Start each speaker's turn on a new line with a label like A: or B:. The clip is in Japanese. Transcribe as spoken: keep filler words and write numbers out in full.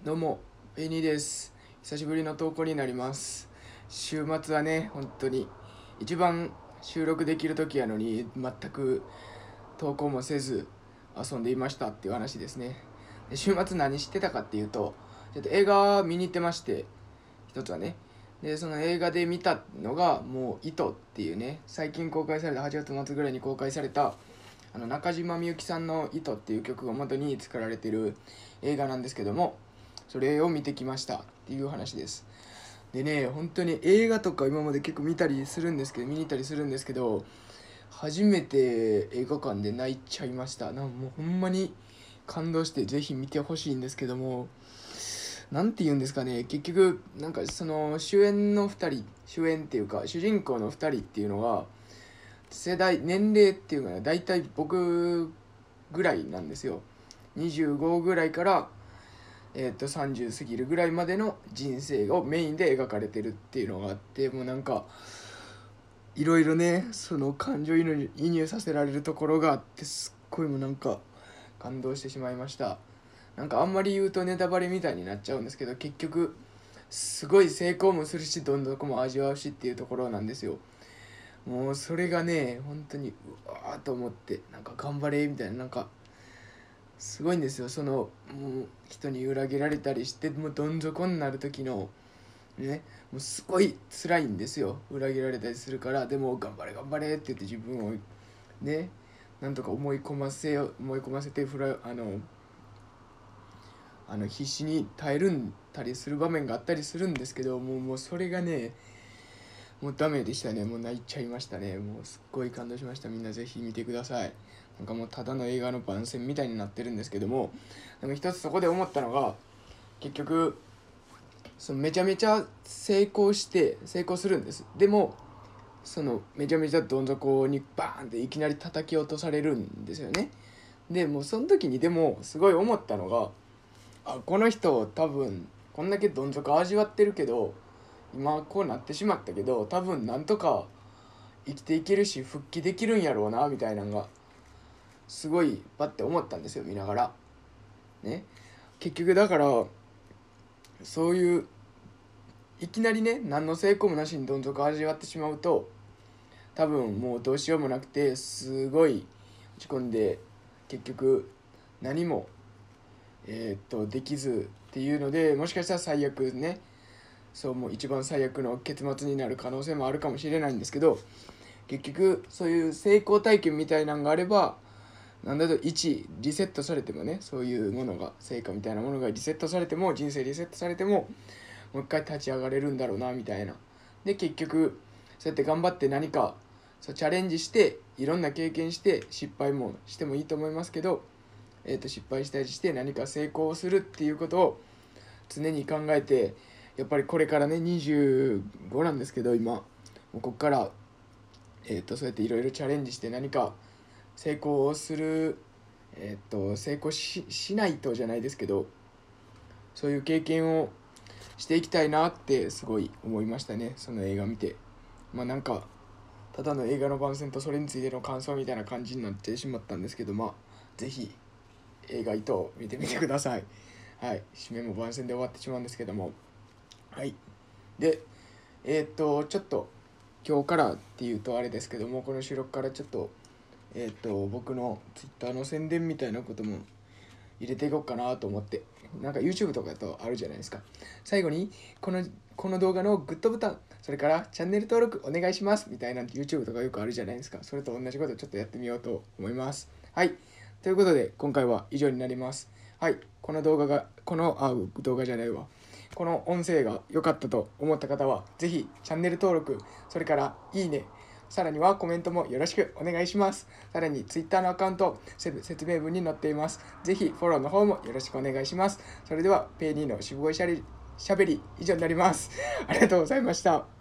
A: どうも、ペイニーです。久しぶりの投稿になります。週末はね、本当に一番収録できる時やのに全く投稿もせず遊んでいましたっていう話ですね。で週末何してたかっていうと、ちょっと映画見に行ってまして、一つはね。で、その映画で見たのがもう糸っていうね、最近公開されたはちがつ末ぐらいに公開されたあの中島みゆきさんの糸っていう曲が元に作られてる映画なんですけども、それを見てきましたっていう話です。でね、本当に映画とか今まで結構見たりするんですけど、見に行ったりするんですけど、初めて映画館で泣いちゃいました。なんかもうほんまに感動してぜひ見てほしいんですけども、なんて言うんですかね、結局、なんかその主演のふたり、主演っていうか、主人公のふたりっていうのが、世代、年齢っていうかね、大体僕ぐらいなんですよ。にじゅうごぐらいからえー、とさんじゅう過ぎるぐらいまでの人生をメインで描かれてるっていうのがあって、もうなんかいろいろね、その感情移入移入させられるところがあって、すっごいもうなんか感動してしまいました。なんかあんまり言うとネタバレみたいになっちゃうんですけど、結局すごい成功もするし、どんどこも味わうしっていうところなんですよ。もうそれがね、本当にうわーと思って、なんか頑張れみたいな、なんかすごいんですよ。そのもう人に裏切られたりして、もうどん底になる時のね、もうすごい辛いんですよ、裏切られたりするから。でも頑張れ頑張れって言って自分をね、なんとか思い込ませよ思い込ませてフラあのあの必死に耐えるんたりする場面があったりするんですけど、もうもうそれがね、もうダメでしたね。もう泣いちゃいましたね。もうすっごい感動しました。みんなぜひ見てください。なんかもうただの映画の番宣みたいになってるんですけども、でも一つそこで思ったのが、結局そのめちゃめちゃ成功して成功するんです。でもそのめちゃめちゃどん底にバーンっていきなり叩き落とされるんですよね。でもうその時にでもすごい思ったのが、あ、この人多分こんだけどん底味わってるけど、今こうなってしまったけど、多分なんとか生きていけるし復帰できるんやろうなみたいなのがすごいパッて思ったんですよ、見ながらね。結局だからそういういきなりね、何の成功もなしにどん底味わってしまうと、多分もうどうしようもなくてすごい落ち込んで、結局何もえーっとできずっていうので、もしかしたら最悪ね、そうもう一番最悪の結末になる可能性もあるかもしれないんですけど、結局そういう成功体験みたいなのがあれば、なんだといちリセットされてもね、そういうものが成果みたいなものがリセットされても、人生リセットされてももう一回立ち上がれるんだろうなみたいな。で結局そうやって頑張って何かそうチャレンジして、いろんな経験して失敗もしてもいいと思いますけど、えー、と失敗したりして何か成功するっていうことを常に考えて、やっぱりこれからねにじゅうごなんですけど今、もうこっから、えー、とそうやっていろいろチャレンジして何か成功をする、えー、と成功 し, しないとじゃないですけど、そういう経験をしていきたいなってすごい思いましたね、その映画見て。まあなんかただの映画の番宣とそれについての感想みたいな感じになってしまったんですけど、まあぜひ映画糸を見てみてください。はい、締めも番宣で終わってしまうんですけども、はい。で、えー、っとちょっと今日からっていうとあれですけども、この収録からちょっとえー、っと僕の Twitter の宣伝みたいなことも入れていこうかなと思って。なんか YouTube とかだとあるじゃないですか。最後にこのこの動画のグッドボタン、それからチャンネル登録お願いしますみたいな YouTube とかよくあるじゃないですか。それと同じことをちょっとやってみようと思います。はい。ということで今回は以上になります。はい。この動画がこのあ動画じゃないわ。この音声が良かったと思った方はぜひチャンネル登録、それからいいね、さらにはコメントもよろしくお願いします。さらに Twitter のアカウント、説明文に載っています。ぜひフォローの方もよろしくお願いします。それでは、ペイニーのしぶごいしゃべり以上になります。ありがとうございました。